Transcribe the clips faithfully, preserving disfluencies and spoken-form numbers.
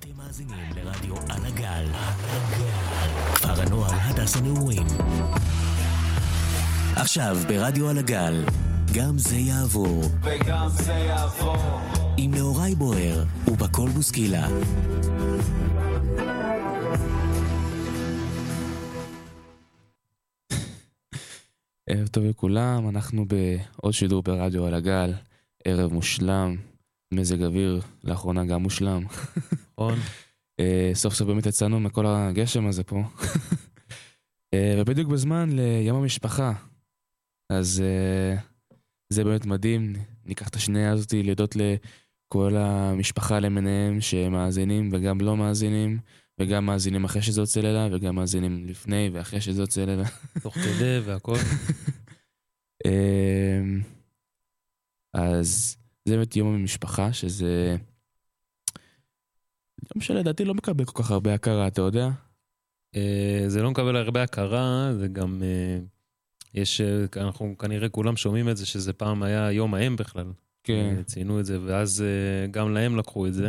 אתם מאזינים לרדיו על הגל, כפר הנוער הדס הנעורים. עכשיו ברדיו על הגל, גם זה יעבור. וגם זה יעבור. עם נאורי בוער ובקול בוסקילה. ערב טוב לכולם, אנחנו בעוד שידור ברדיו על הגל, ערב מושלם, מזג אוויר לאחרונה גם מושלם. נכון. סוף סוף באמת יצאנו מכל הגשם הזה פה. ובדיוק בזמן ליום המשפחה. אז זה באמת מדהים, ניקח את השנייה הזאת להודות לכל המשפחה למיניהם שמאזינים וגם לא מאזינים, וגם מאזינים אחרי שזה יוצא לילה, וגם מאזינים לפני ואחרי שזה יוצא לילה. תוך כדי והכל. אז זה באמת יום המשפחה, שזה יום שלדעתי לא מקבל כל כך הרבה הכרה, אתה יודע? זה לא מקבל הרבה הכרה, זה גם, יש, אנחנו כנראה כולם שומעים את זה, שזה פעם היה יום האם בכלל. כן. ציינו את זה, ואז גם להם לקחו את זה.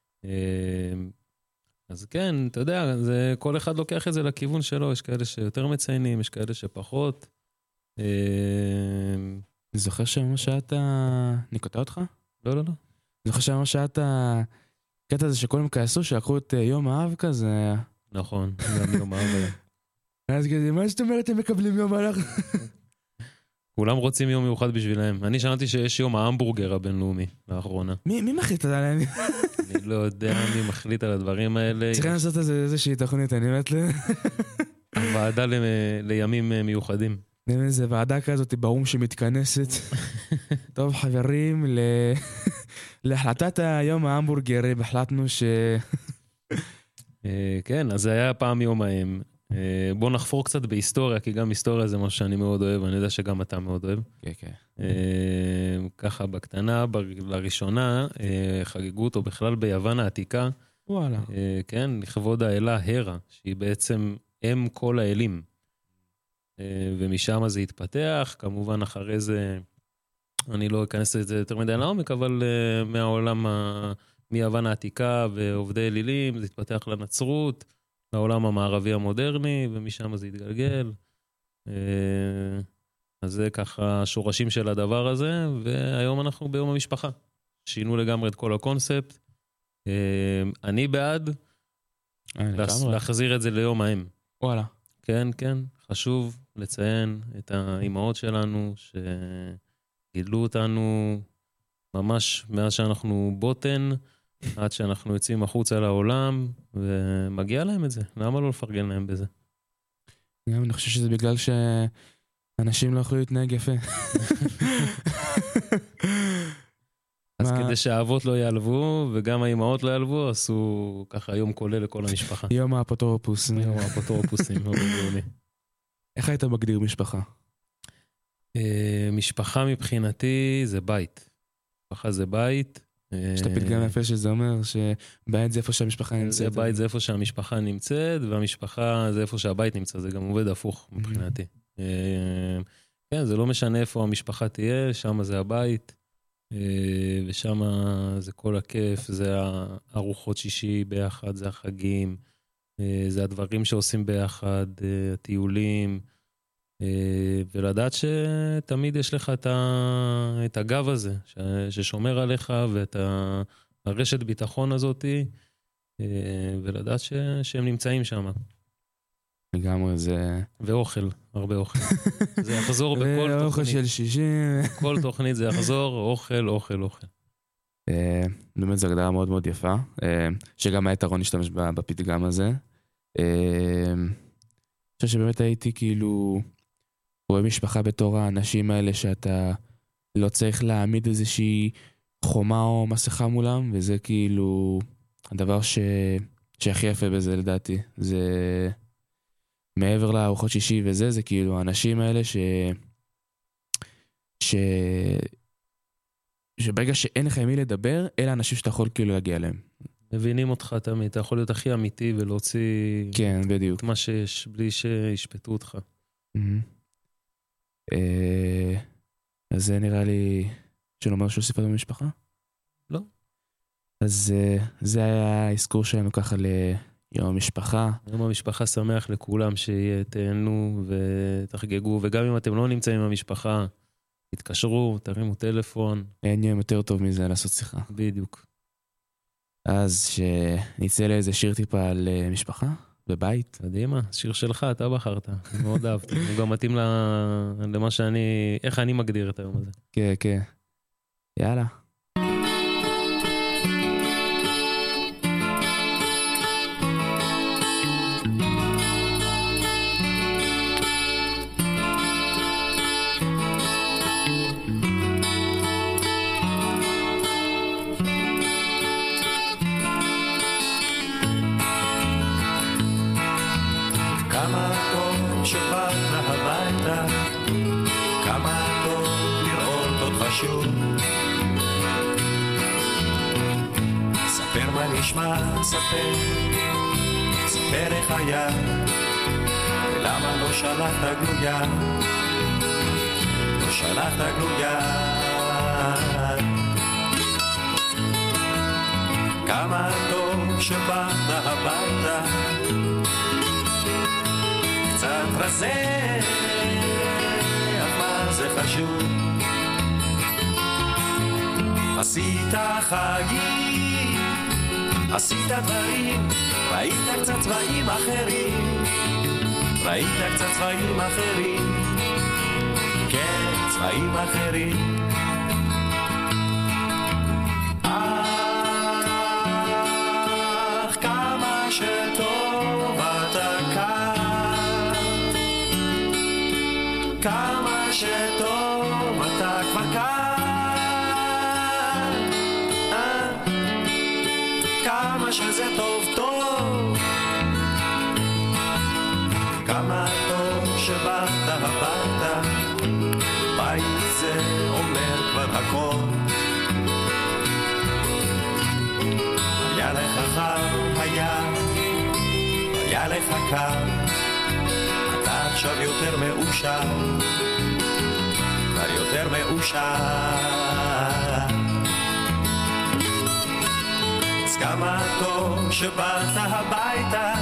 אז כן, אתה יודע, זה, כל אחד לוקח את זה לכיוון שלו, יש כאלה שיותר מציינים, יש כאלה שפחות. אני זוכר שממש שעת ה... אני קוטע אותך? לא, לא, לא. אני זוכר שממש שעת ה... קטע הזה שכולם כעסו, שלקחו את יום האב כזה. נכון, גם יום האב היה. אז כזה, מה זאת אומרת הם מקבלים יום האב? כולם רוצים יום מיוחד בשבילהם. אני שמעתי שיש יום ההמבורגר הבינלאומי לאחרונה. מי, מי מחליט על זה? אני לא יודע מי מחליט על הדברים האלה. צריכים לעשות איזושהי תוכנית, אני אומרת ל... הוועדה לימים מיוחדים. איזה ועדה כזאת באום שמתכנסת. טוב חברים, להחלטת היום ההמבורגרים החלטנו ש... כן, אז זה היה פעם יום האם. בוא נחפור קצת בהיסטוריה, כי גם היסטוריה זה משהו שאני מאוד אוהב, אני יודע שגם אתה מאוד אוהב. כן, כן. ככה בקטנה, לראשונה, חגגו אותו בכלל ביוון העתיקה. וואלה. כן, לכבוד האלה הרה, שהיא בעצם אם כל האלים. ומשם זה התפתח, כמובן אחרי זה, אני לא אכנס לזה יותר מדי לעומק, אבל מהעולם, מיוון העתיקה ועובדי אלילים, זה התפתח לנצרות, לעולם המערבי המודרני, ומשם זה התגלגל. אז זה ככה שורשים של הדבר הזה, והיום אנחנו ביום המשפחה. שינו לגמרי את כל הקונספט. אני בעד להחזיר את זה ליום האם. וואלה. כן, כן, חשוב לציין את האימהות שלנו שגידלו אותנו ממש מאז שאנחנו בוטן, עד שאנחנו יוצאים החוצה לעולם, ומגיע להם את זה. למה לא לפרגן להם בזה? גם אני חושב שזה בגלל שאנשים לא יכולו להתנהג יפה. אז כדי שהאבות לא יעלבו, וגם האימהות לא יעלבו, עשו ככה יום כולל לכל המשפחה. יום האפוטרופוס. יום האפוטרופוסים, לא בגלולי. איך היית מגדיר משפחה? משפחה מבחינתי זה בית. משפחה זה בית. יש את הפתגם יפה שזה אומר שבית זה איפה שהמשפחה נמצאת. בית זה איפה שהמשפחה נמצאת, והמשפחה זה איפה שהבית נמצא, זה גם עובד הפוך מבחינתי. כן, זה לא משנה איפה המשפחה תהיה, שם זה הבית, ושם זה כל הכיף, זה הארוחות שישי ביחד, זה החגים, זה הדברים שעושים ביחד, הטיולים, ולדעת שתמיד יש לך את הגב הזה, ששומר עליך, ואת הרשת ביטחון הזאת, ולדעת שהם נמצאים שם. לגמרי זה... ואוכל, הרבה אוכל. זה יחזור בכל תוכנית. ואוכל של שישי. כל תוכנית זה יחזור, אוכל, אוכל, אוכל. באמת זו הגדרה מאוד מאוד יפה, שגם היתרון להשתמש בפתגם הזה. אני חושב שבאמת הייתי כאילו... רואה משפחה בתור האנשים האלה שאתה לא צריך להעמיד איזושהי חומה או מסכה מולם, וזה כאילו הדבר ש... שהכי יפה בזה לדעתי. זה מעבר לארוחות שישי וזה, זה כאילו האנשים האלה ש... ש... שברגע שאין לך עם מי לדבר, אלה האנשים שאתה יכול כאילו להגיע אליהם. מבינים אותך תמיד, אתה יכול להיות הכי אמיתי ולהוציא... כן, בדיוק. את מה שיש, בלי שישפטו אותך. אז זה נראה לי שלא אומר שהוא סיפר במשפחה? לא. אז uh, זה היה האזכור שלנו ככה ליום המשפחה. יום המשפחה שמח לכולם, שיהיה, תהנו ותחגגו, וגם אם אתם לא נמצאים עם המשפחה, תתקשרו, תרימו טלפון. אין יום יותר טוב מזה לעשות שיחה. בדיוק. אז שנצא לאיזה שיר טיפה על uh, משפחה בבית. קדימה, שיר שלך, אתה בחרת, מאוד אהבתי. הוא גם מתאים למה שאני, איך אני מגדיר את היום הזה. כן, כן. יאללה. ספר מה נשמע, ספר, ספר איך היה, ולמה לא שלחת גלויה, לא שלחת גלויה. כמה טוב שבאת הביתה, קצת רזה, אך מה זה חשוב, עשית חגים, עשית דברים, ראית קצת צבעים אחרים, ראית קצת צבעים אחרים, כן, צבעים אחרים. אך כמה שטוב אתה כאן, כמה שטוב אתה כבר כאן, כמה שזה טוב טוב, כמה טוב שבאת הביתה, בית זה אומר כבר הכל, היה לך חם, היה, היה לך קר, אתה עכשיו יותר מאושר, כבר יותר מאושר. כמה טוב שבאת הביתה,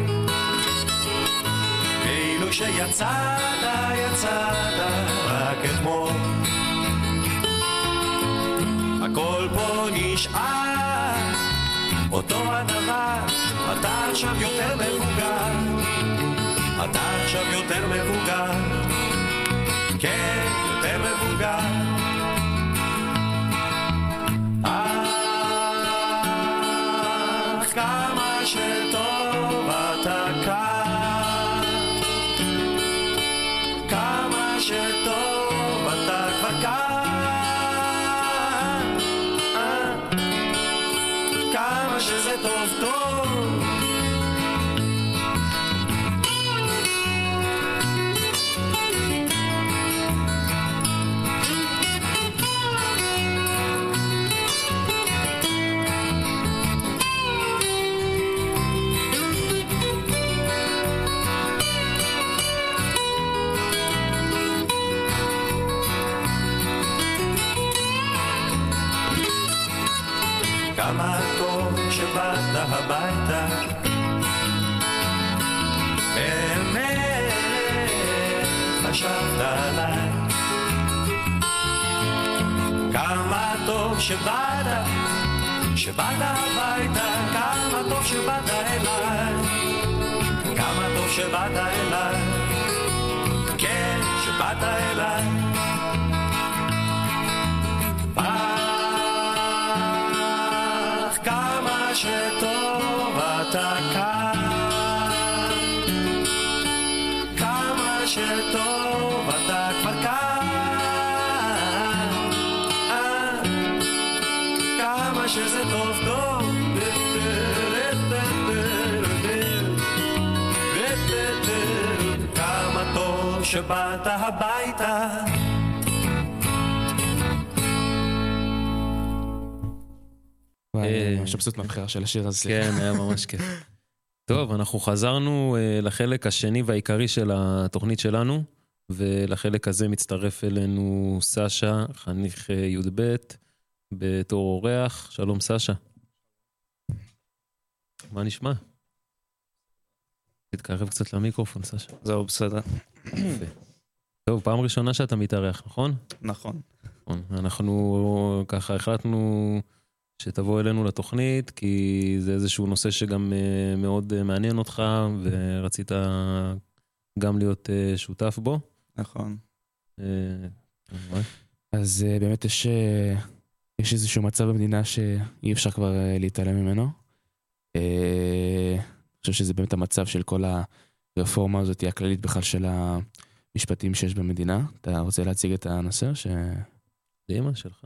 כאילו שיצאת, יצאת רק אתמול, הכל פה נשאר אותו הדבר, אתה עכשיו יותר מבוגר, אתה עכשיו יותר מבוגר, כן, יותר מבוגר. כמה שטוב אתה כאן, כמה שטוב אתה כבר כאן, כמה שזה טוב טוב. כמה טוב שבאת הביתה, באמת חשבת עליי, כמה טוב שבאת, שבאת הביתה, כמה טוב שבאת אליי, כמה טוב שבאת אליי, כן, שבאת אליי. כמה שטוב אתה כאן, כמה שטוב אתה כבר כאן, כמה שזה טוב טוב, כמה טוב שבאת הביתה. אני מבסוט מהבחירה של השיר הזה. כן, היה ממש כיף. טוב, אנחנו חזרנו לחלק השני והעיקרי של התוכנית שלנו, ולחלק הזה מצטרף אלינו סשה, חניך י' ב' בתור אורח. שלום סשה. מה נשמע? תתקרב קצת למיקרופון, סשה. זהו, בסדר. טוב, פעם ראשונה שאתה מתארח, נכון? נכון. אנחנו ככה החלטנו שתבוא אלינו לתוכנית, כי זה איזשהו נושא שגם מאוד מעניין אותך, ורצית גם להיות שותף בו. נכון. אז באמת יש, יש איזשהו מצב במדינה שאי אפשר כבר להתעלם ממנו. אני חושב שזה באמת המצב של כל הרפורמה הזאת, הכללית בכלל של המשפטים שיש במדינה. אתה רוצה להציג את הנושא? ש... לאמא שלך.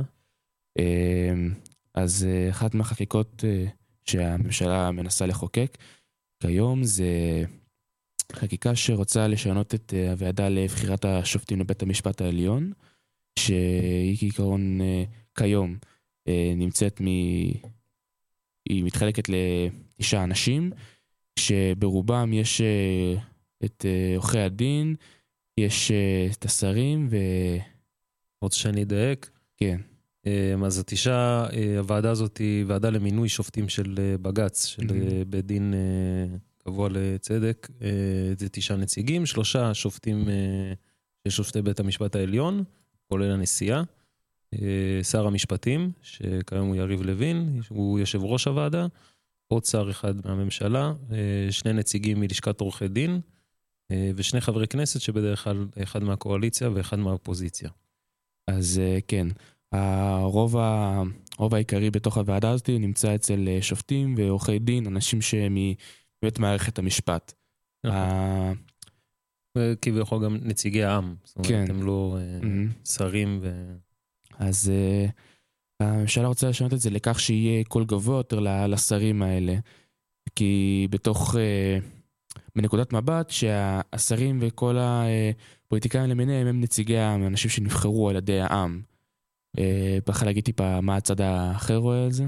אז אחת מהחקיקות שהממשלה מנסה לחוקק כיום זה חקיקה שרוצה לשנות את הוועדה לבחירת השופטים לבית המשפט העליון, שהיא כעיקרון כיום נמצאת מ... היא מתחלקת לתשעה אנשים, שברובם יש את עורכי הדין, יש את השרים ו... רוצה שאני אדייק? כן. אז התשעה, הוועדה הזאת היא ועדה למינוי שופטים של בג"ץ, של בית דין קבוע לצדק. זה תשעה נציגים, שלושה שופטים של שופטי בית המשפט העליון, כולל הנשיאה, שר המשפטים, שכיום הוא יריב לוין, הוא יושב ראש הוועדה, עוד שר אחד מהממשלה, שני נציגים מלשכת עורכי דין, ושני חברי כנסת שבדרך כלל אחד מהקואליציה ואחד מהאופוזיציה. אז כן, הרוב, ה... הרוב העיקרי בתוך הוועדה הזאת נמצא אצל שופטים ועורכי דין, אנשים שמבית מערכת המשפט. ה... כביכול גם נציגי העם, זאת אומרת, כן. הם לא mm-hmm. שרים ו... אז uh, הממשלה רוצה לשנות את זה לכך שיהיה קול גבוה יותר לשרים האלה, כי בתוך, uh, בנקודת מבט שהשרים וכל הפוליטיקאים למיניהם הם נציגי העם, אנשים שנבחרו על ידי העם. בכה להגיד טיפה מה הצד האחר רואה על זה?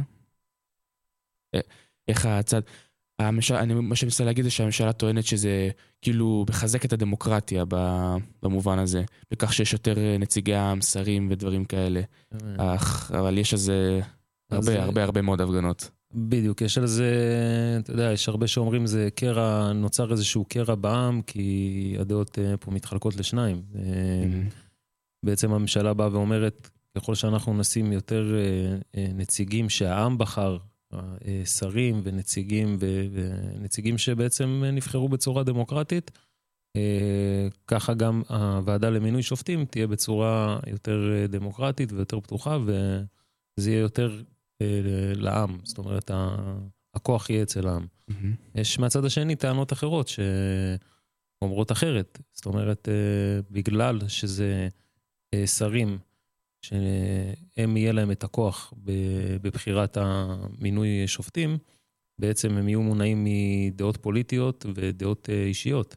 איך הצד... הממשלה, אני, מה שאני מנסה להגיד זה שהממשלה טוענת שזה כאילו מחזק את הדמוקרטיה במובן הזה, בכך שיש יותר נציגי העם, שרים ודברים כאלה. אך, אבל יש איזה הרבה, הרבה, הרבה מאוד הפגנות. בדיוק, יש על זה, אתה יודע, יש הרבה שאומרים זה קרע, נוצר איזשהו קרע בעם, כי הדעות פה מתחלקות לשניים. בעצם הממשלה באה ואומרת, ככל שאנחנו נשים יותר נציגים שהעם בחר, שרים ונציגים ונציגים שבעצם נבחרו בצורה דמוקרטית, ככה גם הוועדה למינוי שופטים תהיה בצורה יותר דמוקרטית ויותר פתוחה, וזה יהיה יותר לעם, זאת אומרת הכוח יהיה אצל העם. יש מהצד השני טענות אחרות שאומרות אחרת, זאת אומרת בגלל שזה שרים שהם יהיה להם את הכוח בבחירת המינוי שופטים, בעצם הם יהיו מונעים מדעות פוליטיות ודעות אישיות.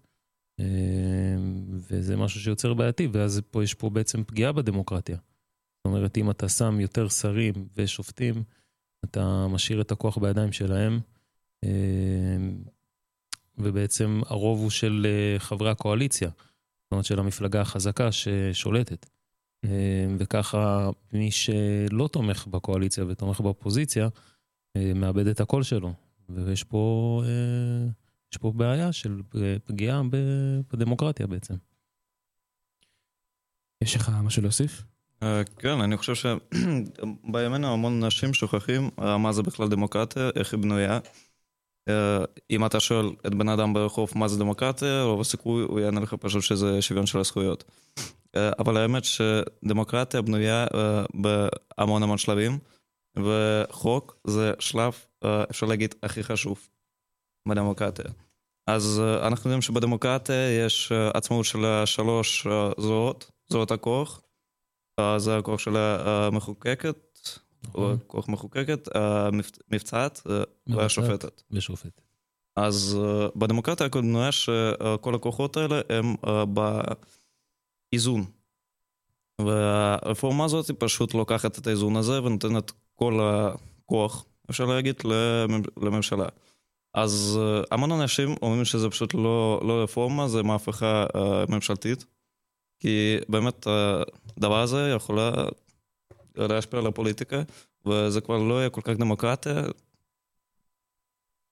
וזה משהו שיוצר בעייתי, ואז פה יש פה בעצם פגיעה בדמוקרטיה. זאת אומרת, אם אתה שם יותר שרים ושופטים, אתה משאיר את הכוח בידיים שלהם, ובעצם הרוב הוא של חברי הקואליציה, זאת אומרת של המפלגה החזקה ששולטת. וככה מי שלא תומך בקואליציה ותומך באופוזיציה, מאבד את הקול שלו. ויש פה, יש פה בעיה של פגיעה בדמוקרטיה בעצם. יש לך משהו להוסיף? כן, אני חושב שבימינו המון אנשים שוכחים מה זה בכלל דמוקרטיה, איך היא בנויה. אם אתה שואל את בן אדם ברחוב מה זה דמוקרטיה, רוב הסיכוי הוא יענה לך פשוט שזה שוויון של הזכויות. אבל האמת שדמוקרטיה בנויה בהמון המון שלבים, וחוק זה שלב, אפשר להגיד, הכי חשוב בדמוקרטיה. אז אנחנו יודעים שבדמוקרטיה יש עצמאות של שלוש זרועות, זרועות הכוח, זה הכוח של המחוקקת, כוח מחוקקת, המבצעת והשופטת. ושופט. אז בדמוקרטיה בנויה שכל הכוחות האלה הם באיזון. והרפורמה הזאת פשוט לוקחת את האיזון הזה ונותנת כל הכוח, אפשר להגיד, לממשלה. אז המון אנשים אומרים שזה פשוט לא, לא רפורמה, זה מהפכה ממשלתית. כי באמת הדבר הזה יכול להשפיע על הפוליטיקה, וזה כבר לא יהיה כל כך דמוקרטיה.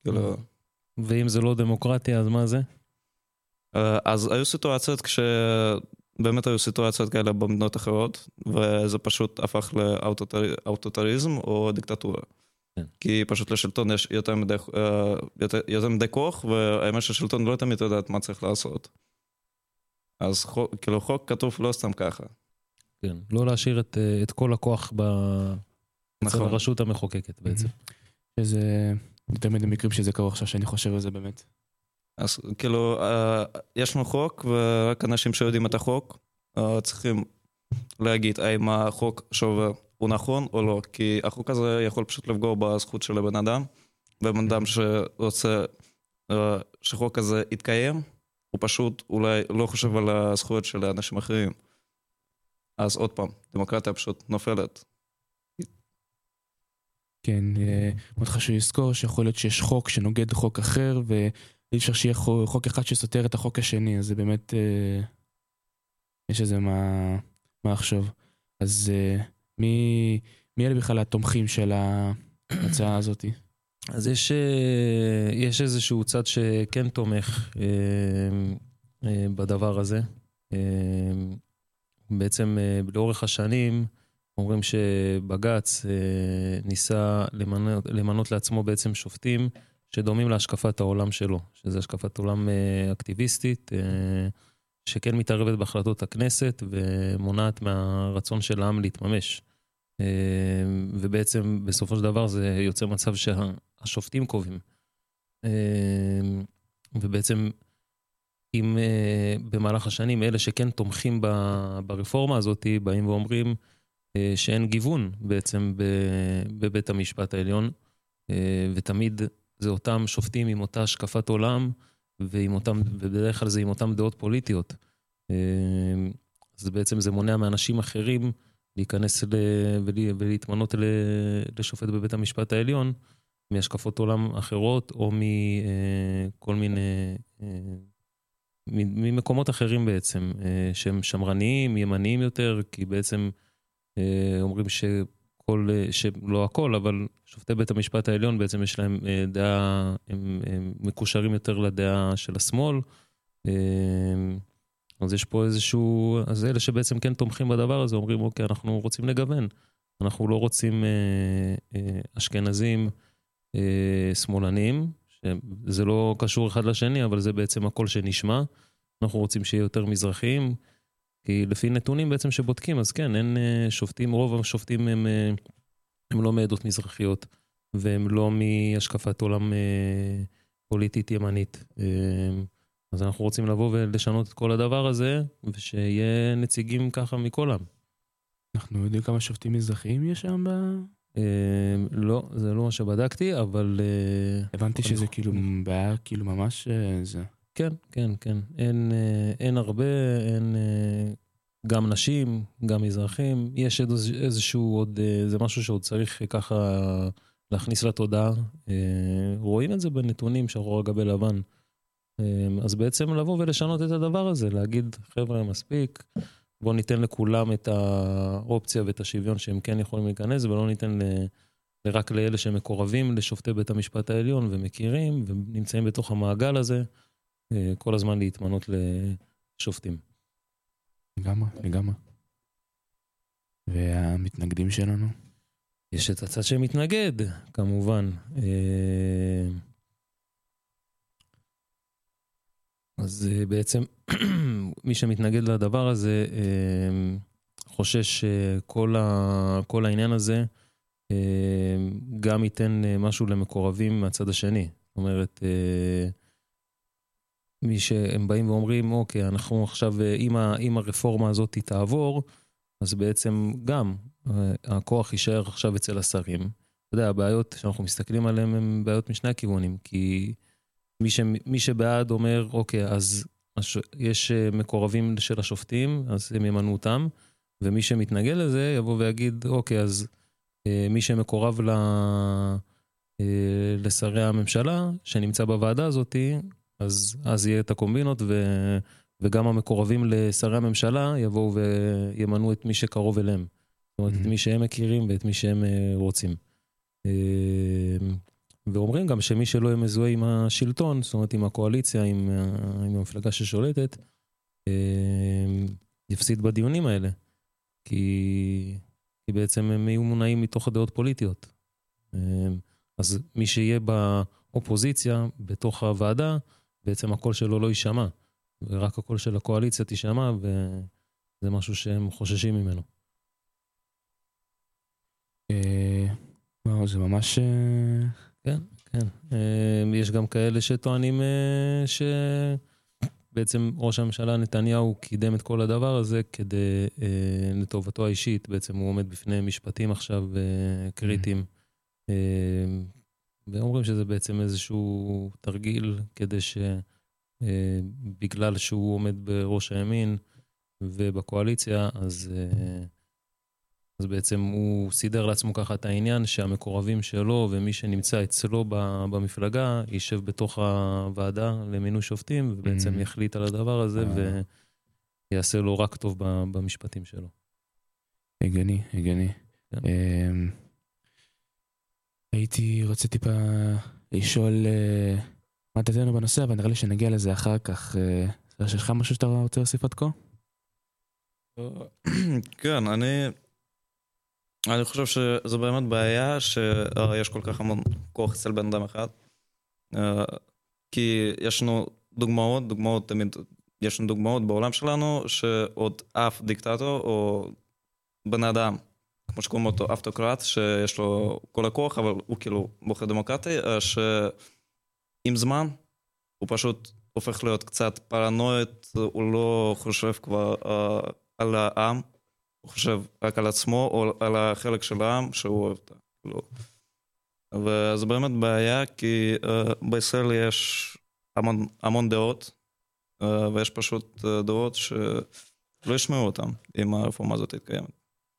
כאילו... ואם זה לא דמוקרטיה, אז מה זה? אז היו סיטואציות כש... באמת היו סיטואציות כאלה במדינות אחרות, וזה פשוט הפך לאוטוטריזם או דיקטטורה. כי פשוט לשלטון יש יותר מדי, יותר, יותר מדי כוח, והאמת שהשלטון לא תמיד יודעת מה צריך לעשות. אז חוק, כאילו חוק כתוב לא סתם ככה. כן, לא להשאיר את, את כל הכוח ב... נכון. ברשות המחוקקת בעצם. שזה יותר מדי מקרים שזה קורה עכשיו שאני חושב על זה באמת. אז כאילו, יש לנו חוק, ורק אנשים שיודעים את החוק, צריכים להגיד האם החוק שעובר הוא נכון או לא, כי החוק הזה יכול פשוט לפגוע בזכות של הבן אדם, ובן אדם שרוצה שחוק הזה יתקיים, הוא פשוט אולי לא חושב על הזכויות של אנשים אחרים. אז עוד פעם, דמוקרטיה פשוט נופלת. כן, מאוד חשוב לזכור שיכול להיות שיש חוק שנוגד חוק אחר, ואי אפשר שיהיה חוק אחד שסותר את החוק השני, אז זה באמת, יש איזה מה, מה לחשוב. אז מי, מי אלה בכלל התומכים של ההצעה הזאת? אז יש, יש איזשהו צד שכן תומך בדבר הזה. בעצם לאורך השנים אומרים שבג"ץ ניסה למנות, למנות לעצמו בעצם שופטים שדומים להשקפת העולם שלו, שזה השקפת עולם אקטיביסטית, שכן מתערבת בהחלטות הכנסת ומונעת מהרצון של העם להתממש. ובעצם בסופו של דבר זה יוצא מצב שהשופטים קובעים. ובעצם אם במהלך השנים אלה שכן תומכים ברפורמה הזאת באים ואומרים שאין גיוון בעצם בבית המשפט העליון, ותמיד זה אותם שופטים עם אותה השקפת עולם, ועם אותם, ובדרך כלל זה עם אותם דעות פוליטיות. אז בעצם זה מונע מאנשים אחרים להיכנס ולהתמנות לשופט בבית המשפט העליון, מהשקפות עולם אחרות, או מכל מיני, ממקומות אחרים בעצם, שהם שמרניים, ימניים יותר, כי בעצם אומרים שכל, שלא הכל, אבל שופטי בית המשפט העליון בעצם יש להם דעה, הם, הם מקושרים יותר לדעה של השמאל, אז יש פה איזשהו, אז אלה שבעצם כן תומכים בדבר הזה, אומרים, אוקיי, אנחנו רוצים לגוון, אנחנו לא רוצים אשכנזים שמאלנים, שזה לא קשור אחד לשני, אבל זה בעצם הכל שנשמע, אנחנו רוצים שיהיה יותר מזרחיים, כי לפי נתונים בעצם שבודקים, אז כן, אין שופטים, רוב השופטים הם, הם לא מעדות מזרחיות, והם לא מהשקפת עולם פוליטית ימנית. אז אנחנו רוצים לבוא ולשנות את כל הדבר הזה, ושיהיה נציגים ככה מכל עם. אנחנו יודעים כמה שופטים מזרחיים יש שם ב... לא, זה לא מה שבדקתי, אבל... הבנתי שזה כאילו בעיה, כאילו ממש זה... כן, כן, כן. אין, אין הרבה, אין גם נשים, גם מזרחים. יש איזשהו עוד, זה משהו שעוד צריך ככה להכניס לתודעה. רואים את זה בנתונים שחור על גבי לבן. אז בעצם לבוא ולשנות את הדבר הזה, להגיד, חבר'ה, מספיק, בוא ניתן לכולם את האופציה ואת השוויון שהם כן יכולים להיכנס, ולא ניתן רק לאלה שמקורבים לשופטי בית המשפט העליון ומכירים, ונמצאים בתוך המעגל הזה, כל הזמן להתמנות לשופטים. לגמרי, לגמרי. והמתנגדים שלנו? יש את הצד שמתנגד, כמובן. אז בעצם מי שמתנגד לדבר הזה חושש שכל ה, כל העניין הזה גם ייתן משהו למקורבים מהצד השני. זאת אומרת, מי שהם באים ואומרים, אוקיי, אנחנו עכשיו, אם, אם הרפורמה הזאת תעבור, אז בעצם גם הכוח יישאר עכשיו אצל השרים. אתה יודע, הבעיות שאנחנו מסתכלים עליהן הן בעיות משני הכיוונים, כי מי, ש, מי שבעד אומר, אוקיי, אז יש מקורבים של השופטים, אז הם ימנו אותם, ומי שמתנגד לזה יבוא ויגיד, אוקיי, אז מי שמקורב ל, לשרי הממשלה, שנמצא בוועדה הזאת, אז, אז יהיה את הקומבינות, ו, וגם המקורבים לשרי הממשלה יבואו וימנו את מי שקרוב אליהם. זאת אומרת, mm-hmm. את מי שהם מכירים ואת מי שהם רוצים. ואומרים גם שמי שלא יהיה מזוהה עם השלטון, זאת אומרת עם הקואליציה, עם, עם המפלגה ששולטת, יפסיד בדיונים האלה. כי, כי בעצם הם יהיו מונעים מתוך הדעות פוליטיות. אז מי שיהיה באופוזיציה, בתוך הוועדה, בעצם הקול שלו לא יישמע. ורק הקול של הקואליציה תישמע, וזה משהו שהם חוששים ממנו. וואו, זה ממש... כן, כן. יש גם כאלה שטוענים שבעצם ראש הממשלה נתניהו קידם את כל הדבר הזה כדי לטובתו האישית. בעצם הוא עומד בפני משפטים עכשיו קריטיים. ואומרים שזה בעצם איזשהו תרגיל כדי שבגלל שהוא עומד בראש הימין ובקואליציה, אז... אז בעצם הוא סידר לעצמו ככה את העניין שהמקורבים שלו ומי שנמצא אצלו במפלגה יישב בתוך הוועדה למינוי שופטים ובעצם יחליט על הדבר הזה ויעשה לו רק טוב במשפטים שלו. הגני, הגני. הייתי רוצה טיפה לשאול מה דעתנו בנושא, אבל נראה לי שנגיע לזה אחר כך. יש לך משהו שאתה רוצה להוסיף עד כה? כן, אני... אני חושב שזו באמת בעיה שיש כל כך המון כוח אצל בן אדם אחד. כי יש לנו דוגמאות, דוגמאות תמיד, יש לנו דוגמאות בעולם שלנו שעוד אף דיקטטור או בן אדם, כמו שקוראים אותו אוטוקרט, שיש לו כל הכוח, אבל הוא כאילו בוחר דמוקרטי, שעם זמן הוא פשוט הופך להיות קצת פרנואיד, הוא לא חושב כבר על העם, הוא חושב רק על עצמו או על החלק של העם שהוא אוהב אותה. לא. וזה באמת בעיה, כי uh, בישראל יש המון, המון דעות, uh, ויש פשוט uh, דעות שלא ישמעו אותם אם הרפורמה הזאת תתקיימת.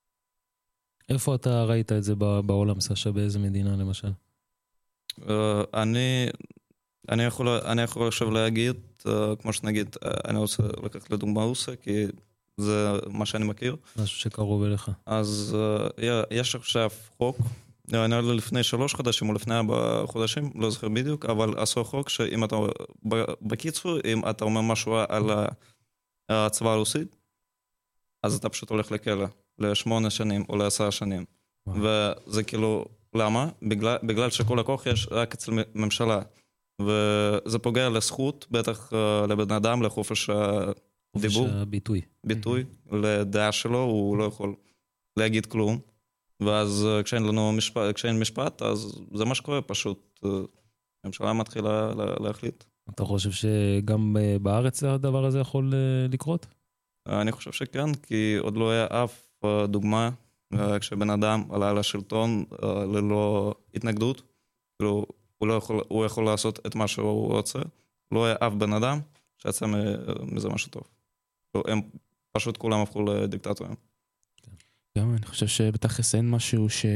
איפה אתה ראית את זה בעולם, סשה? באיזה מדינה למשל? Uh, אני, אני יכול, אני יכול עכשיו להגיד, uh, כמו שנגיד, uh, אני רוצה לקחת לדוגמה רוסיה, כי זה מה שאני מכיר. משהו שקרוב אליך. אז uh, יש עכשיו חוק, נראה לי לפני שלוש חודשים או לפני ארבע חודשים, לא זוכר בדיוק, אבל עשו חוק שאם אתה, בקיצור, אם אתה אומר משהו על הצבא הרוסית, אז אתה פשוט הולך לכלא, לשמונה שנים או לעשר שנים. וזה כאילו, למה? בגלל, בגלל שכל הכוח יש רק אצל ממשלה. וזה פוגע לזכות, בטח לבן אדם, לחופש דיבור. ביטוי. ביטוי, לדעה שלו, הוא לא יכול להגיד כלום. ואז כשאין לנו משפט, כשאין משפט, אז זה מה שקורה, פשוט הממשלה מתחילה להחליט. אתה חושב שגם בארץ הדבר הזה יכול לקרות? אני חושב שכן, כי עוד לא היה אף דוגמה, כשבן אדם עלה לשלטון ללא התנגדות, כאילו, הוא לא יכול, הוא יכול לעשות את מה שהוא רוצה, לא היה אף בן אדם שיצא מזה משהו טוב. הם פשוט כולם הפכו לדיקטטורים. גם אני חושב שבתכלס אין משהו ש...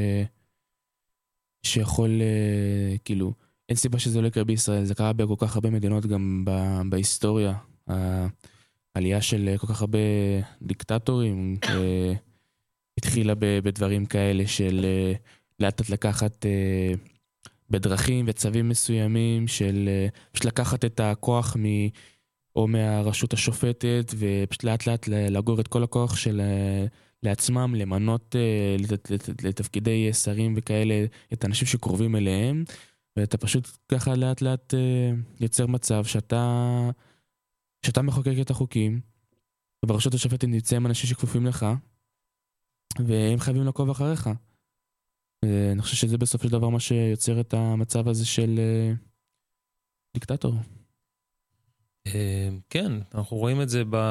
שיכול, כאילו, אין סיבה שזה לא יקרה בישראל, זה קרה בכל כך הרבה מדינות גם ב... בהיסטוריה, העלייה של כל כך הרבה דיקטטורים התחילה בדברים כאלה של לאט לקחת בדרכים וצווים מסוימים של פשוט לקחת את הכוח מ... או מהרשות השופטת ופשוט לאט לאט לאגור את כל הכוח של... לעצמם, למנות לתפקידי שרים וכאלה, את האנשים שקרובים אליהם, ואתה פשוט ככה לאט לאט יוצר מצב שאתה, שאתה מחוקק את החוקים, וברשות השופטת נמצאים אנשים שכפופים לך, והם חייבים לעקוב אחריך. ואני חושב שזה בסוף של דבר מה שיוצר את המצב הזה של דיקטטור. כן, אנחנו רואים את זה ב...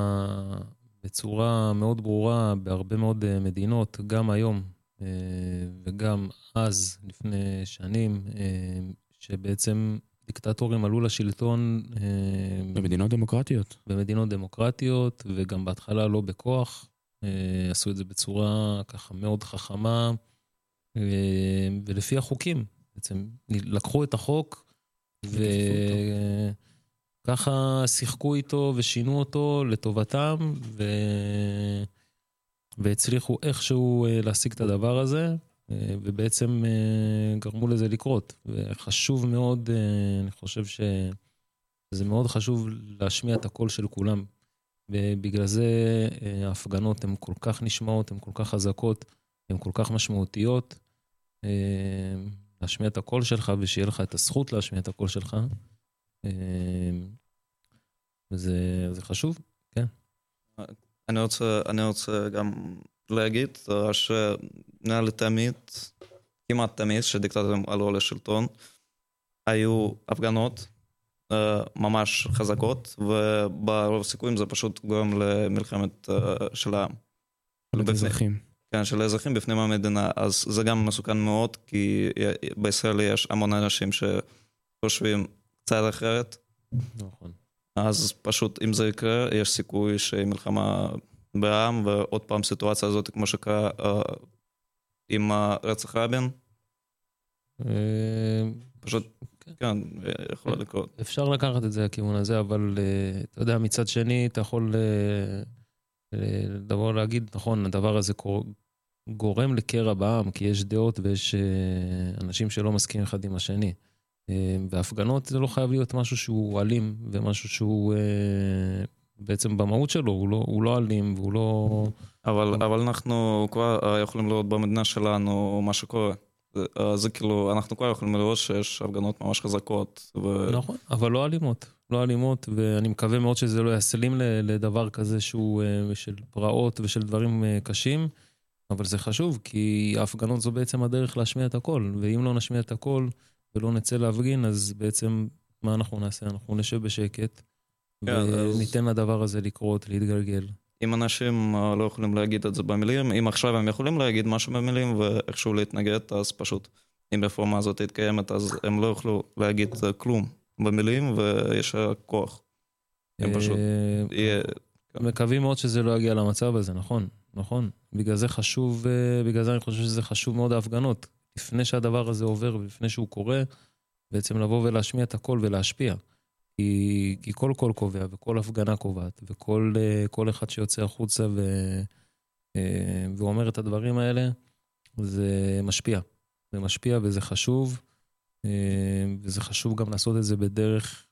בצורה מאוד ברורה בהרבה מאוד מדינות, גם היום וגם אז, לפני שנים, שבעצם דיקטטורים עלו לשלטון... במדינות דמוקרטיות. במדינות דמוקרטיות, וגם בהתחלה לא בכוח. עשו את זה בצורה ככה מאוד חכמה, ולפי החוקים. בעצם לקחו את החוק, ו... ככה שיחקו איתו ושינו אותו לטובתם, ו... והצליחו איכשהו להשיג את הדבר הזה, ובעצם גרמו לזה לקרות. וחשוב מאוד, אני חושב שזה מאוד חשוב להשמיע את הקול של כולם. ובגלל זה ההפגנות הן כל כך נשמעות, הן כל כך חזקות, הן כל כך משמעותיות. להשמיע את הקול שלך, ושיהיה לך את הזכות להשמיע את הקול שלך. וזה זה חשוב, כן. אני רוצה, אני רוצה גם להגיד שנראה לי תמיד, כמעט תמיד, שדיקטטורים עלו לשלטון, היו הפגנות ממש חזקות, וברוב הסיכויים זה פשוט גורם למלחמת של העם. של האזרחים. כן, של האזרחים בפנים המדינה. אז זה גם מסוכן מאוד, כי בישראל יש המון אנשים שחושבים קצת אחרת. נכון. אז פשוט אם זה יקרה, יש סיכוי שמלחמה בעם, ועוד פעם סיטואציה הזאת כמו שקרה עם רצח רבין. פשוט, כן, יכול לקרות. אפשר לקחת את זה לכיוון הזה, אבל אתה יודע, מצד שני, אתה יכול דבר להגיד, נכון, הדבר הזה גורם לקרע בעם, כי יש דעות ויש אנשים שלא מסכימים אחד עם השני. בהפגנות זה לא חייב להיות משהו שהוא אלים, ומשהו שהוא בעצם במהות שלו, הוא לא, הוא לא אלים, והוא לא... אבל, אבל אנחנו כבר יכולים לראות במדינה שלנו מה שקורה. זה, זה כאילו, אנחנו כבר יכולים לראות שיש הפגנות ממש חזקות. ו... נכון, אבל לא אלימות. לא אלימות, ואני מקווה מאוד שזה לא יסלים לדבר כזה שהוא של פרעות ושל דברים קשים, אבל זה חשוב, כי ההפגנות זו בעצם הדרך להשמיע את הכל, ואם לא נשמיע את הכל, ולא נצא להפגין, אז בעצם מה אנחנו נעשה? אנחנו נשב בשקט, וניתן לדבר הזה לקרות, להתגלגל. אם אנשים לא יכולים להגיד את זה במילים, אם עכשיו הם יכולים להגיד משהו במילים, ואיכשהו להתנגד, אז פשוט, אם הרפורמה הזאת תתקיימת, אז הם לא יוכלו להגיד כלום במילים, ויש כוח. הם פשוט... מקווים מאוד שזה לא יגיע למצב הזה, נכון? נכון. בגלל זה חשוב, בגלל זה אני חושב שזה חשוב מאוד ההפגנות. לפני שהדבר הזה עובר ולפני שהוא קורה, בעצם לבוא ולהשמיע את הכל ולהשפיע. כי, כי כל קול קובע וכל הפגנה קובעת, וכל כל אחד שיוצא החוצה ו, ואומר את הדברים האלה, זה משפיע. זה משפיע וזה חשוב, וזה חשוב גם לעשות את זה בדרך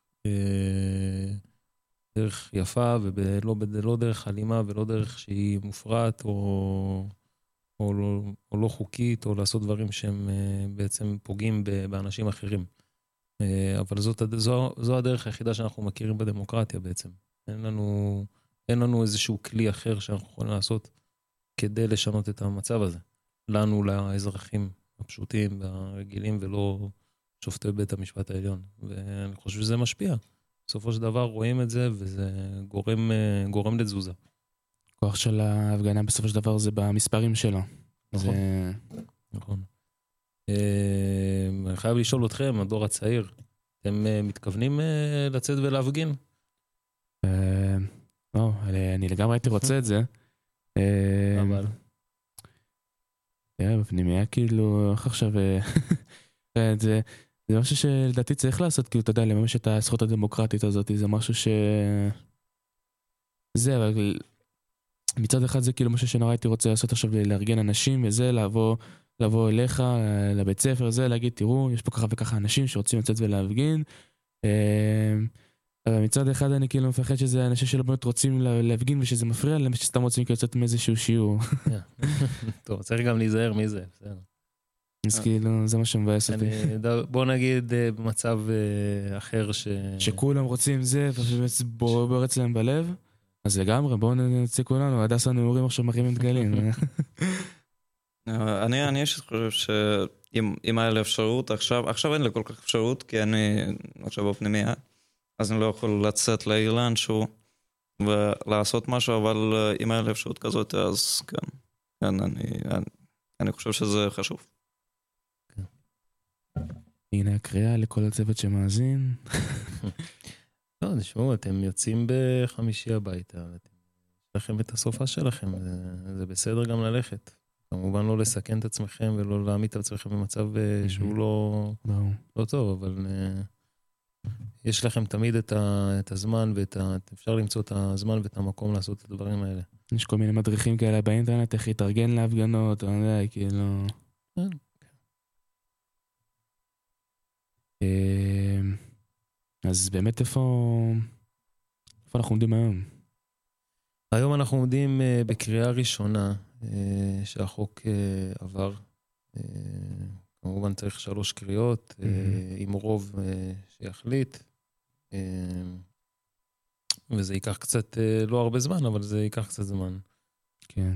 דרך יפה, ולא לא דרך אלימה ולא דרך שהיא מופרעת או... או לא, או לא חוקית, או לעשות דברים שהם בעצם פוגעים באנשים אחרים. אבל זאת, זו, זו הדרך היחידה שאנחנו מכירים בדמוקרטיה בעצם. אין לנו, אין לנו איזשהו כלי אחר שאנחנו יכולים לעשות כדי לשנות את המצב הזה. לנו, לאזרחים הפשוטים והרגילים, ולא שופטי בית המשפט העליון. ואני חושב שזה משפיע. בסופו של דבר רואים את זה, וזה גורם, גורם לתזוזה. הכוח של ההפגנה בסופו של דבר זה במספרים שלו. נכון. נכון. אני חייב לשאול אתכם, הדור הצעיר, אתם מתכוונים לצאת ולהפגין? לא, אני לגמרי הייתי רוצה את זה. אבל? בפנימיה כאילו, איך עכשיו... זה משהו שלדעתי צריך לעשות, כאילו, אתה יודע, לממש את הזכות הדמוקרטית הזאת, זה משהו ש... זה, אבל... מצד אחד זה כאילו משהו שנורא הייתי רוצה לעשות עכשיו, לארגן אנשים וזה, לבוא, לבוא אליך, לבית ספר, זה, להגיד, תראו, יש פה ככה וככה אנשים שרוצים לצאת ולהפגין. אבל מצד אחד אני כאילו מפחד שזה אנשים שלא באמת רוצים להפגין, ושזה מפריע להם, שסתם רוצים לצאת מאיזשהו שיעור. טוב, צריך גם להיזהר מזה, בסדר. אז כאילו, זה מה שמבאס אותי. בוא נגיד במצב אחר ש... שכולם רוצים זה, ובאמת בוער אצלם בלב. אז לגמרי, בואו נצא כולנו, הדס הנעורים עכשיו מרימים דגלים. אני, אני חושב שאם היה לי אפשרות, עכשיו, עכשיו אין לי כל כך אפשרות, כי אני עכשיו בפנימיה, אז אני לא יכול לצאת לאירלנד שהוא, ולעשות משהו, אבל אם היה לי אפשרות כזאת, אז כן, כן, אני, אני, אני חושב שזה חשוב. הנה הקריאה לכל הצוות שמאזין. לא, תשמעו, אתם יוצאים בחמישי הביתה, יש לכם את הסופה שלכם, זה, זה בסדר גם ללכת. כמובן לא לסכן את עצמכם ולא להעמיד את עצמכם במצב שהוא לא, לא טוב, אבל יש לכם תמיד את, ה, את הזמן, ואת ה, אפשר למצוא את הזמן ואת המקום לעשות את הדברים האלה. יש כל מיני מדריכים כאלה באינטרנט, איך להתארגן להפגנות, או יודע, כאילו... אז באמת איפה, איפה אנחנו עומדים היום? היום אנחנו עומדים uh, בקריאה ראשונה uh, שהחוק uh, עבר. Uh, כמובן צריך שלוש קריאות, mm-hmm. uh, עם רוב uh, שיחליט. Uh, וזה ייקח קצת, uh, לא הרבה זמן, אבל זה ייקח קצת זמן. כן.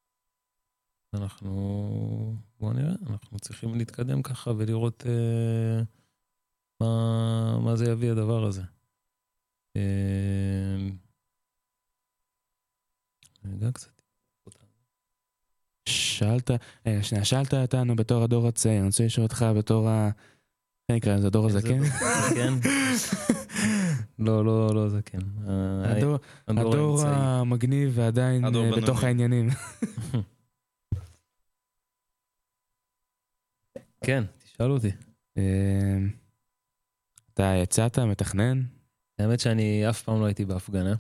אנחנו, בוא נראה, אנחנו צריכים להתקדם ככה ולראות uh, מה, מה זה יביא הדבר הזה. Uh, אני יודע קצת. שאלת, שנייה, שאלת אותנו בתור הדור הצעיר, אני רוצה לשאול אותך בתור ה... איך נקרא, זה הדור הזקן? זקן? לא, לא, לא זקן. הדור המגניב ועדיין בתוך העניינים. כן, תשאל אותי. אתה יצאת, מתכנן? האמת שאני אף פעם לא הייתי בהפגנה.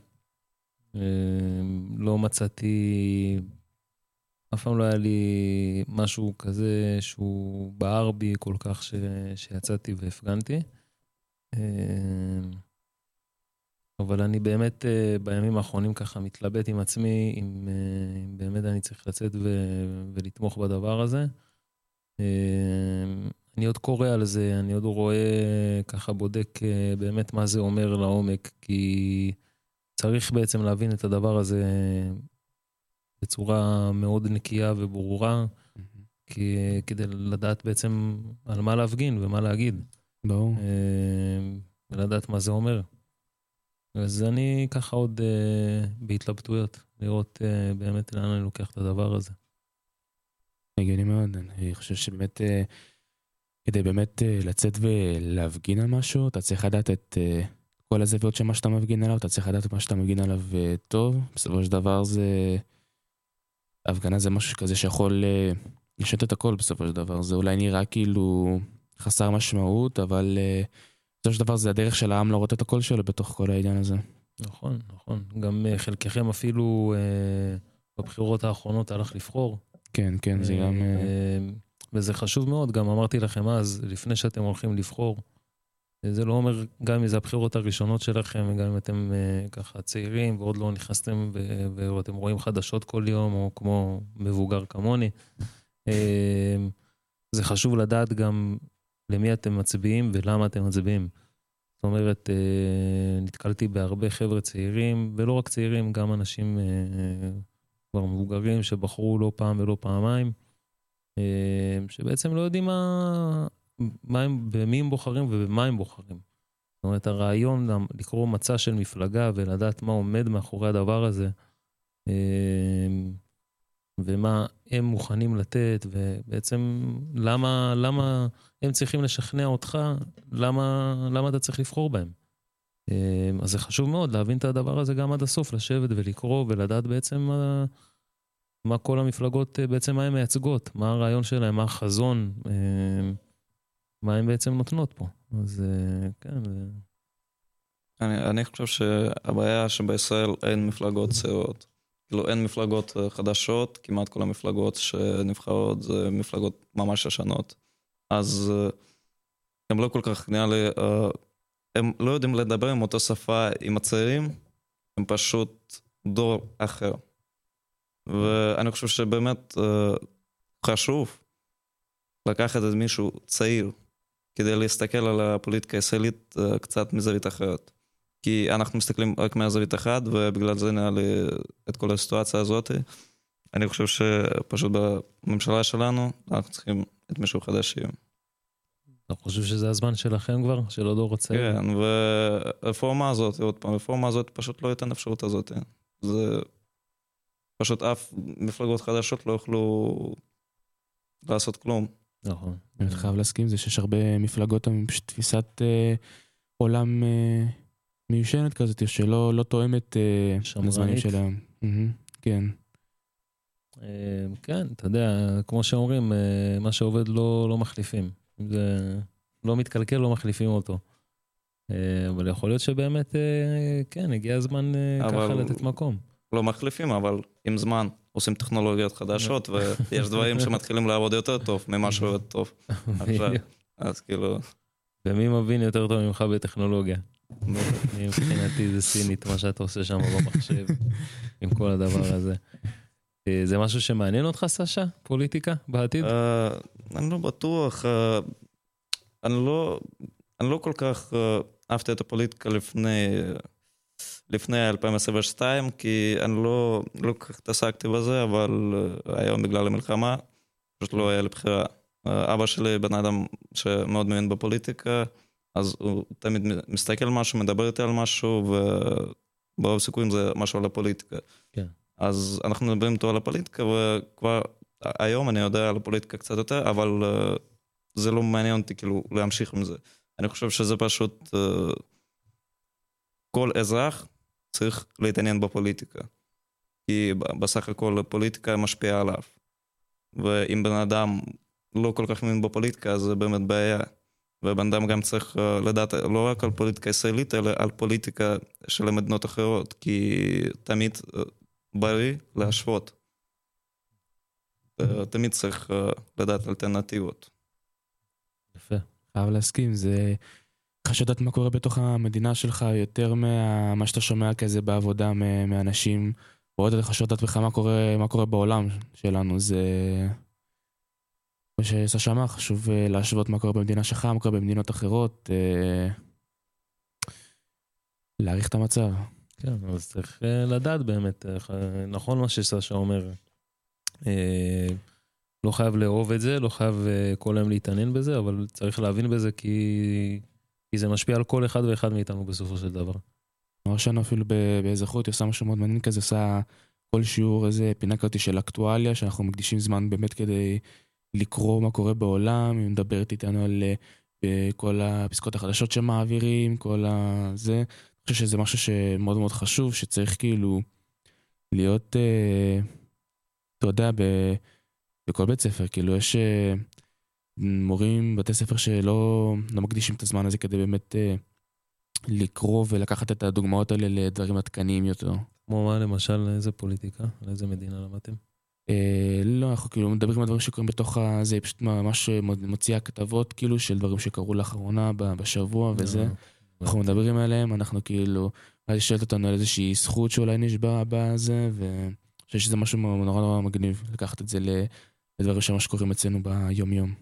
לא מצאתי, אף פעם לא היה לי משהו כזה שהוא בער בי כל כך ש, שיצאתי והפגנתי. אבל אני באמת בימים האחרונים ככה מתלבט עם עצמי, אם, אם באמת אני צריך לצאת ו, ולתמוך בדבר הזה. אני עוד קורא על זה, אני עוד רואה ככה בודק באמת מה זה אומר לעומק, כי צריך בעצם להבין את הדבר הזה בצורה מאוד נקייה וברורה, mm-hmm. כי, כדי לדעת בעצם על מה להפגין ומה להגיד. ברור. ולדעת מה זה אומר. אז אני ככה עוד uh, בהתלבטויות, לראות uh, באמת לאן אני לוקח את הדבר הזה. הגיוני מאוד, אני חושב שבאמת, uh, כדי באמת uh, לצאת ולהפגין על משהו, אתה צריך לדעת את... Uh, כל הזוויות שמה שאתה מפגין עליו, אתה צריך לדעת מה שאתה מפגין עליו טוב. בסופו של דבר זה... ההפגנה זה משהו כזה שיכול לשנות את הכל בסופו של דבר. זה אולי נראה כאילו חסר משמעות, אבל בסופו של דבר זה הדרך של העם לראות את הכל שלו בתוך כל העניין הזה. נכון, נכון. גם חלקכם אפילו בבחירות האחרונות הלך לבחור. כן, כן, זה גם... וזה חשוב מאוד, גם אמרתי לכם אז, לפני שאתם הולכים לבחור, זה לא אומר, גם אם זה הבחירות הראשונות שלכם, גם אם אתם uh, ככה צעירים ועוד לא נכנסתם ו- ואתם רואים חדשות כל יום, או כמו מבוגר כמוני, uh, זה חשוב לדעת גם למי אתם מצביעים ולמה אתם מצביעים. זאת אומרת, uh, נתקלתי בהרבה חבר'ה צעירים, ולא רק צעירים, גם אנשים uh, כבר מבוגרים שבחרו לא פעם ולא פעמיים, uh, שבעצם לא יודעים מה... מה הם, במי הם בוחרים ובמה הם בוחרים. זאת אומרת, הרעיון לקרוא מצע של מפלגה ולדעת מה עומד מאחורי הדבר הזה, ומה הם מוכנים לתת, ובעצם למה, למה הם צריכים לשכנע אותך, למה, למה אתה צריך לבחור בהם. אז זה חשוב מאוד להבין את הדבר הזה גם עד הסוף, לשבת ולקרוא ולדעת בעצם מה, מה כל המפלגות, בעצם מה הן מייצגות, מה הרעיון שלהם, מה החזון, מה הן בעצם נותנות פה. אז כן. אני, אני חושב שהבעיה שבישראל אין מפלגות צעירות. כאילו אין מפלגות חדשות, כמעט כל המפלגות שנבחרות זה מפלגות ממש ישנות. אז הם לא כל כך נראה לי, הם לא יודעים לדבר עם אותה שפה עם הצעירים, הם פשוט דור אחר. ואני חושב שבאמת חשוב לקחת את מישהו צעיר, כדי להסתכל על הפוליטיקה הישראלית קצת מזווית אחרת. כי אנחנו מסתכלים רק מהזווית אחת, ובגלל זה נראה לי את כל הסיטואציה הזאת. אני חושב שפשוט בממשלה שלנו, אנחנו צריכים את מישהו חדשים. אתה חושב שזה הזמן שלכם כבר? של הדור הצעיר? כן, והרפורמה הזאת, עוד פעם, הרפורמה הזאת פשוט לא ייתן אפשרות הזאת. זה פשוט אף מפלגות חדשות לא יוכלו לעשות כלום. נכון. אני חייב להסכים, זה שיש הרבה מפלגות עם תפיסת עולם מיושנת כזאת, שלא לא תואמת לזמנים שלהם. כן. כן, אתה יודע, כמו שאומרים, מה שעובד לא, לא מחליפים. אם זה לא מתקלקל, לא מחליפים אותו. אבל יכול להיות שבאמת, כן, הגיע הזמן ככה לתת מקום. לא מחליפים, אבל עם זמן עושים טכנולוגיות חדשות, ויש דברים שמתחילים לעבוד יותר טוב ממה שעובד טוב. עכשיו, אז כאילו... ומי מבין יותר טוב ממך בטכנולוגיה? מבחינתי זה סינית, מה שאתה עושה שם במחשב, עם כל הדבר הזה. זה משהו שמעניין אותך, סשה? פוליטיקה בעתיד? אני לא בטוח. אני לא... אני לא כל כך אהבתי את הפוליטיקה לפני... לפני אלפיים עשרים ושתיים, כי אני לא, לא כל כך התעסקתי בזה, אבל היום בגלל המלחמה, פשוט לא היה לי בחירה. אבא שלי בן אדם שמאוד מבין בפוליטיקה, אז הוא תמיד מסתכל על משהו, מדבר איתי על משהו, וברוב סיכויים זה משהו על הפוליטיקה. כן. אז אנחנו מדברים איתו על הפוליטיקה, וכבר היום אני יודע על הפוליטיקה קצת יותר, אבל זה לא מעניין אותי כאילו להמשיך עם זה. אני חושב שזה פשוט... כל אזרח צריך להתעניין בפוליטיקה, כי בסך הכל הפוליטיקה משפיעה עליו, ואם בן אדם לא כל כך מבין בפוליטיקה, אז זה באמת בעיה, ובן אדם גם צריך לדעת לא רק על פוליטיקה ישראלית, אלא על פוליטיקה של המדינות אחרות, כי תמיד בריא להשוות, תמיד צריך לדעת אלטרנטיבות. יפה. חייב להסכים, זה... חשוב לדעת מה קורה בתוך המדינה שלך, יותר מה שאתה שומע כזה בעבודה מאנשים, ועוד חשוב לדעת בכלל מה קורה, מה קורה בעולם שלנו. זה, כמו שסשה אמר, חשוב להשוות מה קורה במדינה שלך, מה קורה במדינות אחרות, להעריך את המצב. כן, אז צריך לדעת באמת, נכון מה שסשה אומר, לא חייב לאהוב את זה, לא חייב כל היום להתעניין בזה, אבל צריך להבין בזה כי... כי זה משפיע על כל אחד ואחד מאיתנו בסופו של דבר. ראשנו אפילו באזרחות, עושה משהו מאוד מעניין כזה, עושה כל שיעור איזה פינה כזאת של אקטואליה, שאנחנו מקדישים זמן באמת כדי לקרוא מה קורה בעולם, היא מדברת איתנו על כל הפסקות החדשות שמעבירים, כל הזה. אני חושב שזה משהו שמאוד מאוד חשוב, שצריך כאילו להיות, אתה יודע, בכל בית ספר, כאילו יש... מורים, בתי ספר שלא לא מקדישים את הזמן הזה כדי באמת אה, לקרוא ולקחת את הדוגמאות האלה לדברים עדכניים יותר. כמו מה למשל, איזה פוליטיקה? על איזה מדינה למדתם? אה, לא, אנחנו כאילו מדברים על דברים שקורים בתוך הזה, פשוט ממש מוציאה כתבות כאילו של דברים שקרו לאחרונה בשבוע וזה. אנחנו מדברים עליהם, אנחנו כאילו, אז שואלת אותנו על איזושהי זכות שאולי נשבע בזה, ואני חושב שזה משהו נורא נורא מגניב, לקחת את זה לדברים שממש קורים אצלנו ביום יום.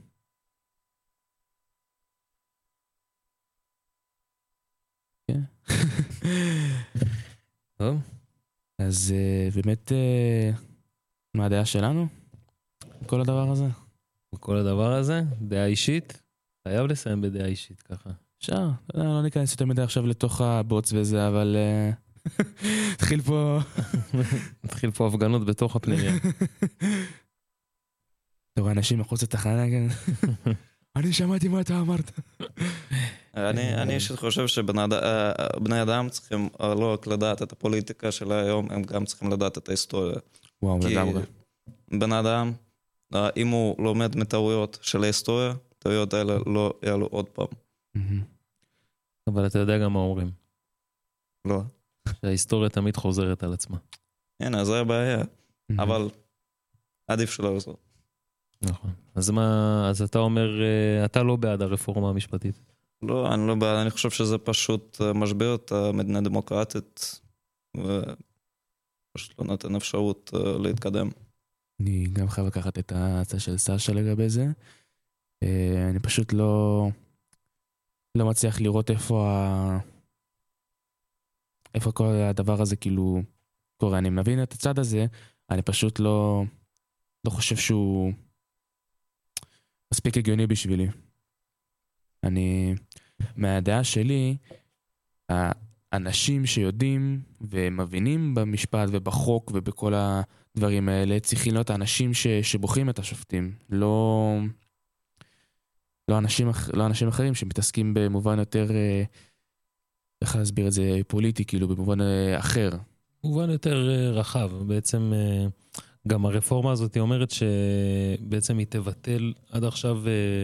טוב. אז באמת, מה הדעה שלנו? כל הדבר הזה? כל הדבר הזה? דעה אישית? חייב לסיים בדעה אישית ככה. אפשר, לא ניכנס יותר מדי עכשיו לתוך הבוץ וזה, אבל התחיל פה... התחיל פה הפגנות בתוך הפנימיה. אתה רואה אנשים מחוץ לתחנה, אני שמעתי מה אתה אמרת. אני אישית חושב שבני אדם צריכים לא רק לדעת את הפוליטיקה של היום, הם גם צריכים לדעת את ההיסטוריה. וואו, לגמרי. בן אדם, אם הוא לומד מטעויות של ההיסטוריה, טעויות האלה לא יעלו עוד פעם. אבל אתה יודע גם מה אומרים. לא. שההיסטוריה תמיד חוזרת על עצמה. הנה, זה הבעיה. אבל עדיף שלא יעזור. נכון. אז מה, אז אתה אומר, אתה לא בעד הרפורמה המשפטית? לא, אני לא בעד, אני חושב שזה פשוט משבר את המדינה הדמוקרטית, ופשוט לא נותן אפשרות להתקדם. אני גם חייב לקחת את ההצעה של סשה לגבי זה. אני פשוט לא, לא מצליח לראות איפה ה... איפה כל הדבר הזה כאילו קורה. אני מבין את הצד הזה, אני פשוט לא, לא חושב שהוא מספיק הגיוני בשבילי. אני, מהדעה שלי, האנשים שיודעים ומבינים במשפט ובחוק ובכל הדברים האלה, צריכים להיות האנשים ש, שבוחרים את השופטים, לא, לא, אנשים, לא אנשים אחרים שמתעסקים במובן יותר, איך להסביר את זה, פוליטי, כאילו במובן אחר. במובן יותר רחב, בעצם גם הרפורמה הזאת היא אומרת שבעצם היא תבטל עד עכשיו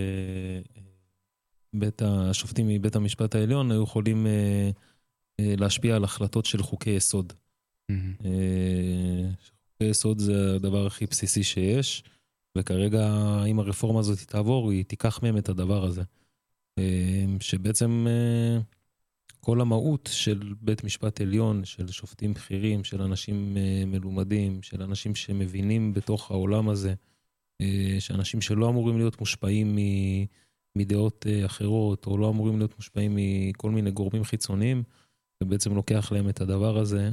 בית השופטים מבית המשפט העליון היו יכולים להשפיע על החלטות של חוקי יסוד. חוקי יסוד זה הדבר הכי בסיסי שיש, וכרגע אם הרפורמה הזאת תעבור, היא תיקח מהם את הדבר הזה. שבעצם כל המהות של בית משפט עליון, של שופטים בכירים, של אנשים מלומדים, של אנשים שמבינים בתוך העולם הזה, שאנשים שלא אמורים להיות מושפעים מדעות אחרות, או לא אמורים להיות מושפעים מכל מיני גורמים חיצוניים, ובעצם לוקח להם את הדבר הזה,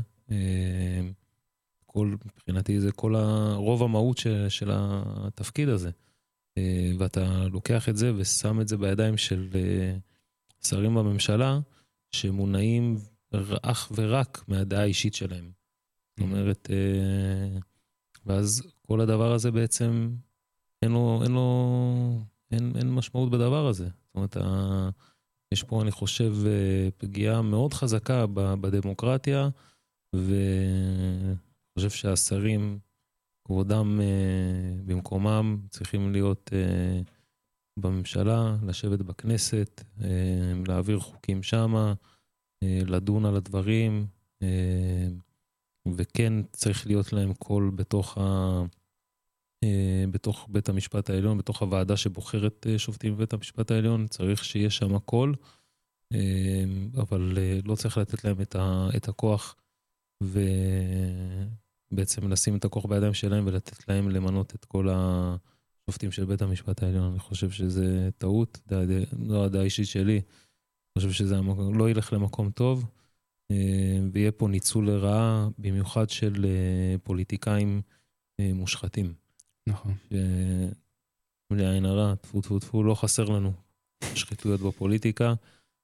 כל, מבחינתי זה כל הרוב המהות של, של התפקיד הזה. ואתה לוקח את זה ושם את זה בידיים של שרים בממשלה, שמונעים אך ורק מהדעה האישית שלהם. זאת אומרת, ואז כל הדבר הזה בעצם, אין לו, אין לו, אין, אין משמעות בדבר הזה. זאת אומרת, יש פה, אני חושב, פגיעה מאוד חזקה בדמוקרטיה, ואני חושב שהשרים, כבודם במקומם, צריכים להיות בממשלה, לשבת בכנסת, להעביר חוקים שמה, לדון על הדברים, וכן צריך להיות להם קול בתוך, ה... בתוך בית המשפט העליון, בתוך הוועדה שבוחרת שופטים בבית המשפט העליון, צריך שיהיה שם קול, אבל לא צריך לתת להם את, ה... את הכוח, ובעצם לשים את הכוח בידיים שלהם, ולתת להם למנות את כל השופטים של בית המשפט העליון. אני חושב שזה טעות, לא הדעה אישית שלי, אני חושב שזה לא ילך למקום טוב, ויהיה פה ניצול לרעה, במיוחד של פוליטיקאים מושחתים. נכון. בלי עין הרע, תפו תפו תפו, לא חסר לנו שחיתויות בפוליטיקה,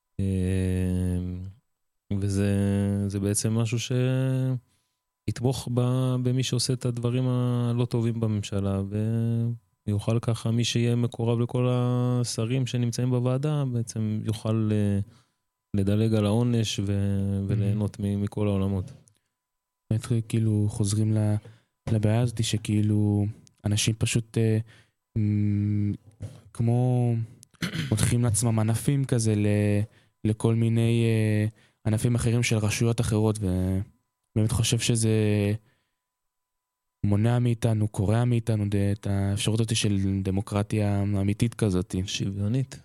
וזה זה בעצם משהו שיתמוך במי שעושה את הדברים הלא טובים בממשלה, ויוכל ככה, מי שיהיה מקורב לכל השרים שנמצאים בוועדה, בעצם יוכל לדלג על העונש וליהנות מכל העולמות. באמת כאילו חוזרים לבעיה הזאת שכאילו אנשים פשוט כמו מותחים לעצמם ענפים כזה לכל מיני ענפים אחרים של רשויות אחרות, ובאמת חושב שזה מונע מאיתנו, קורע מאיתנו את האפשרות הזאת של דמוקרטיה אמיתית כזאת. שוויונית.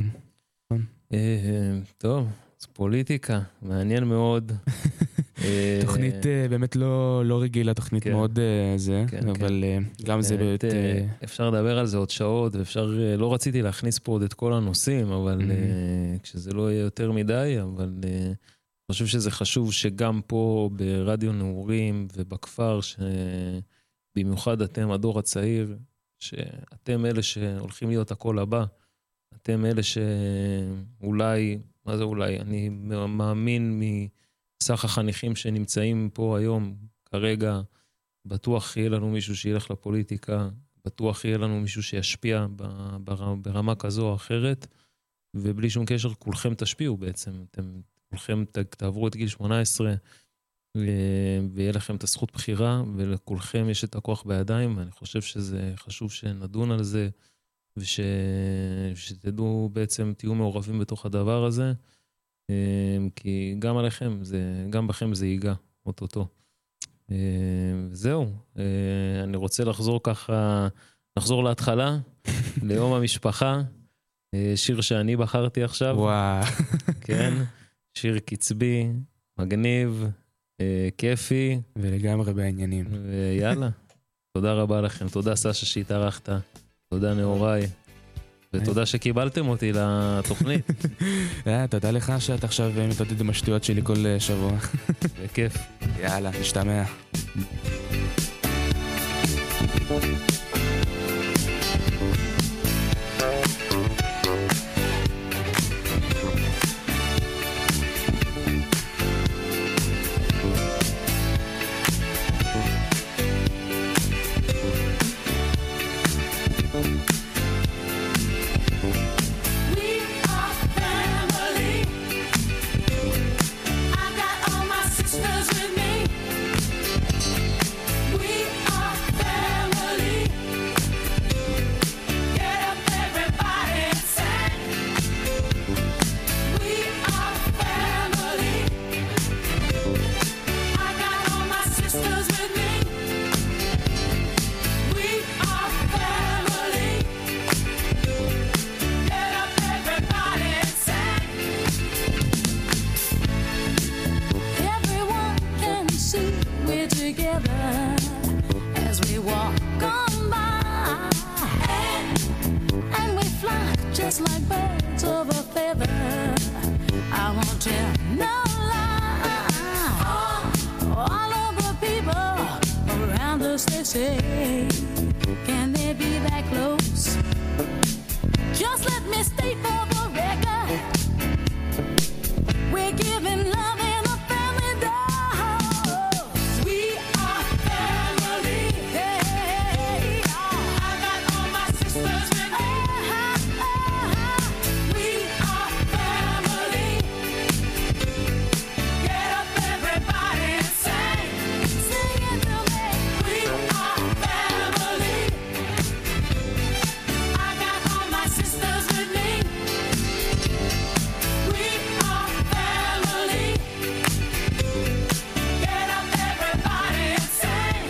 טוב, אז פוליטיקה, מעניין מאוד. תוכנית באמת לא רגילה, תוכנית מאוד זה, אבל גם זה באמת... אפשר לדבר על זה עוד שעות, ואפשר, לא רציתי להכניס פה עוד את כל הנושאים, אבל כשזה לא יהיה יותר מדי, אבל אני חושב שזה חשוב שגם פה ברדיו נעורים ובכפר, שבמיוחד אתם הדור הצעיר, שאתם אלה שהולכים להיות הקול הבא, אתם אלה שאולי, מה זה אולי, אני מאמין מסך החניכים שנמצאים פה היום, כרגע, בטוח יהיה לנו מישהו שילך לפוליטיקה, בטוח יהיה לנו מישהו שישפיע ברמה כזו או אחרת, ובלי שום קשר, כולכם תשפיעו בעצם. אתם כולכם תעברו את גיל שמונה עשרה, ויהיה לכם את הזכות בחירה, ולכולכם יש את הכוח בידיים, ואני חושב שזה חשוב שנדון על זה, ושתדעו בעצם, תהיו מעורבים בתוך הדבר הזה, כי גם עליכם, זה, גם בכם זה ייגע, אוטוטו. זהו, אני רוצה לחזור ככה, לחזור להתחלה, ליום המשפחה, שיר שאני בחרתי עכשיו. וואו. כן, שיר קצבי, מגניב, כיפי. ולגמרי בעניינים. ויאללה, תודה רבה לכם, תודה סשה שהתארחת. תודה נאוריי, ותודה שקיבלתם אותי לתוכנית. תודה לך שאתה עכשיו מתעודד עם השטויות שלי כל שבוע. בכיף. יאללה, נשתמע. Sisters with me, we are family. together as we walk on by, and we fly just like birds of a feather. I won't tell no lie. All of the people around us, they say, can they be that close? Just let me state for the record, we're giving love in a family dose. We are family. Hey, I got all my sisters with me. Uh-huh, uh-huh. We are family. Get up, everybody, and sing. Sing it to me. We are family. I got all my sisters with me. We are family. Get up, everybody, and sing.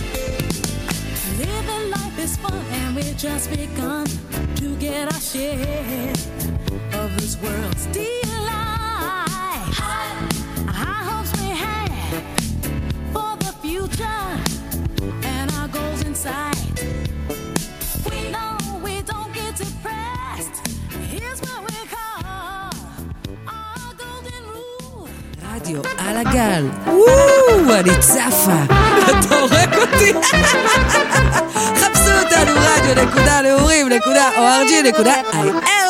Living life is fun, and we've just begun to get our share of this world's delight. High hopes we have for the future, and our goals in sight. We know we don't get depressed. Here's what we call our golden rule. רדיו על הגל. וואו, אני צפה. אתה הורק אותי. חפשו אותנו רדיו נקודה נעורים נקודה או אר ג'י נקודה איי אל